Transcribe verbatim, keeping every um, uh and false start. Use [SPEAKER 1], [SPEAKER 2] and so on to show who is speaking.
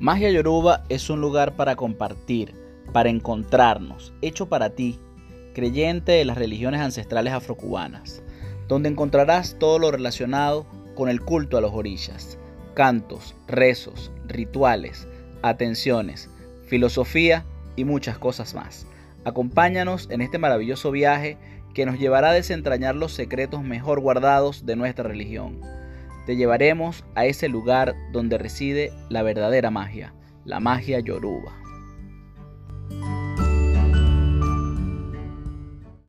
[SPEAKER 1] Magia Yoruba es un lugar para compartir, para encontrarnos, hecho para ti, creyente de las religiones ancestrales afrocubanas, donde encontrarás todo lo relacionado con el culto a los orishas, cantos, rezos, rituales, atenciones, filosofía y muchas cosas más. Acompáñanos en este maravilloso viaje que nos llevará a desentrañar los secretos mejor guardados de nuestra religión. Te llevaremos a ese lugar donde reside la verdadera magia, la magia Yoruba.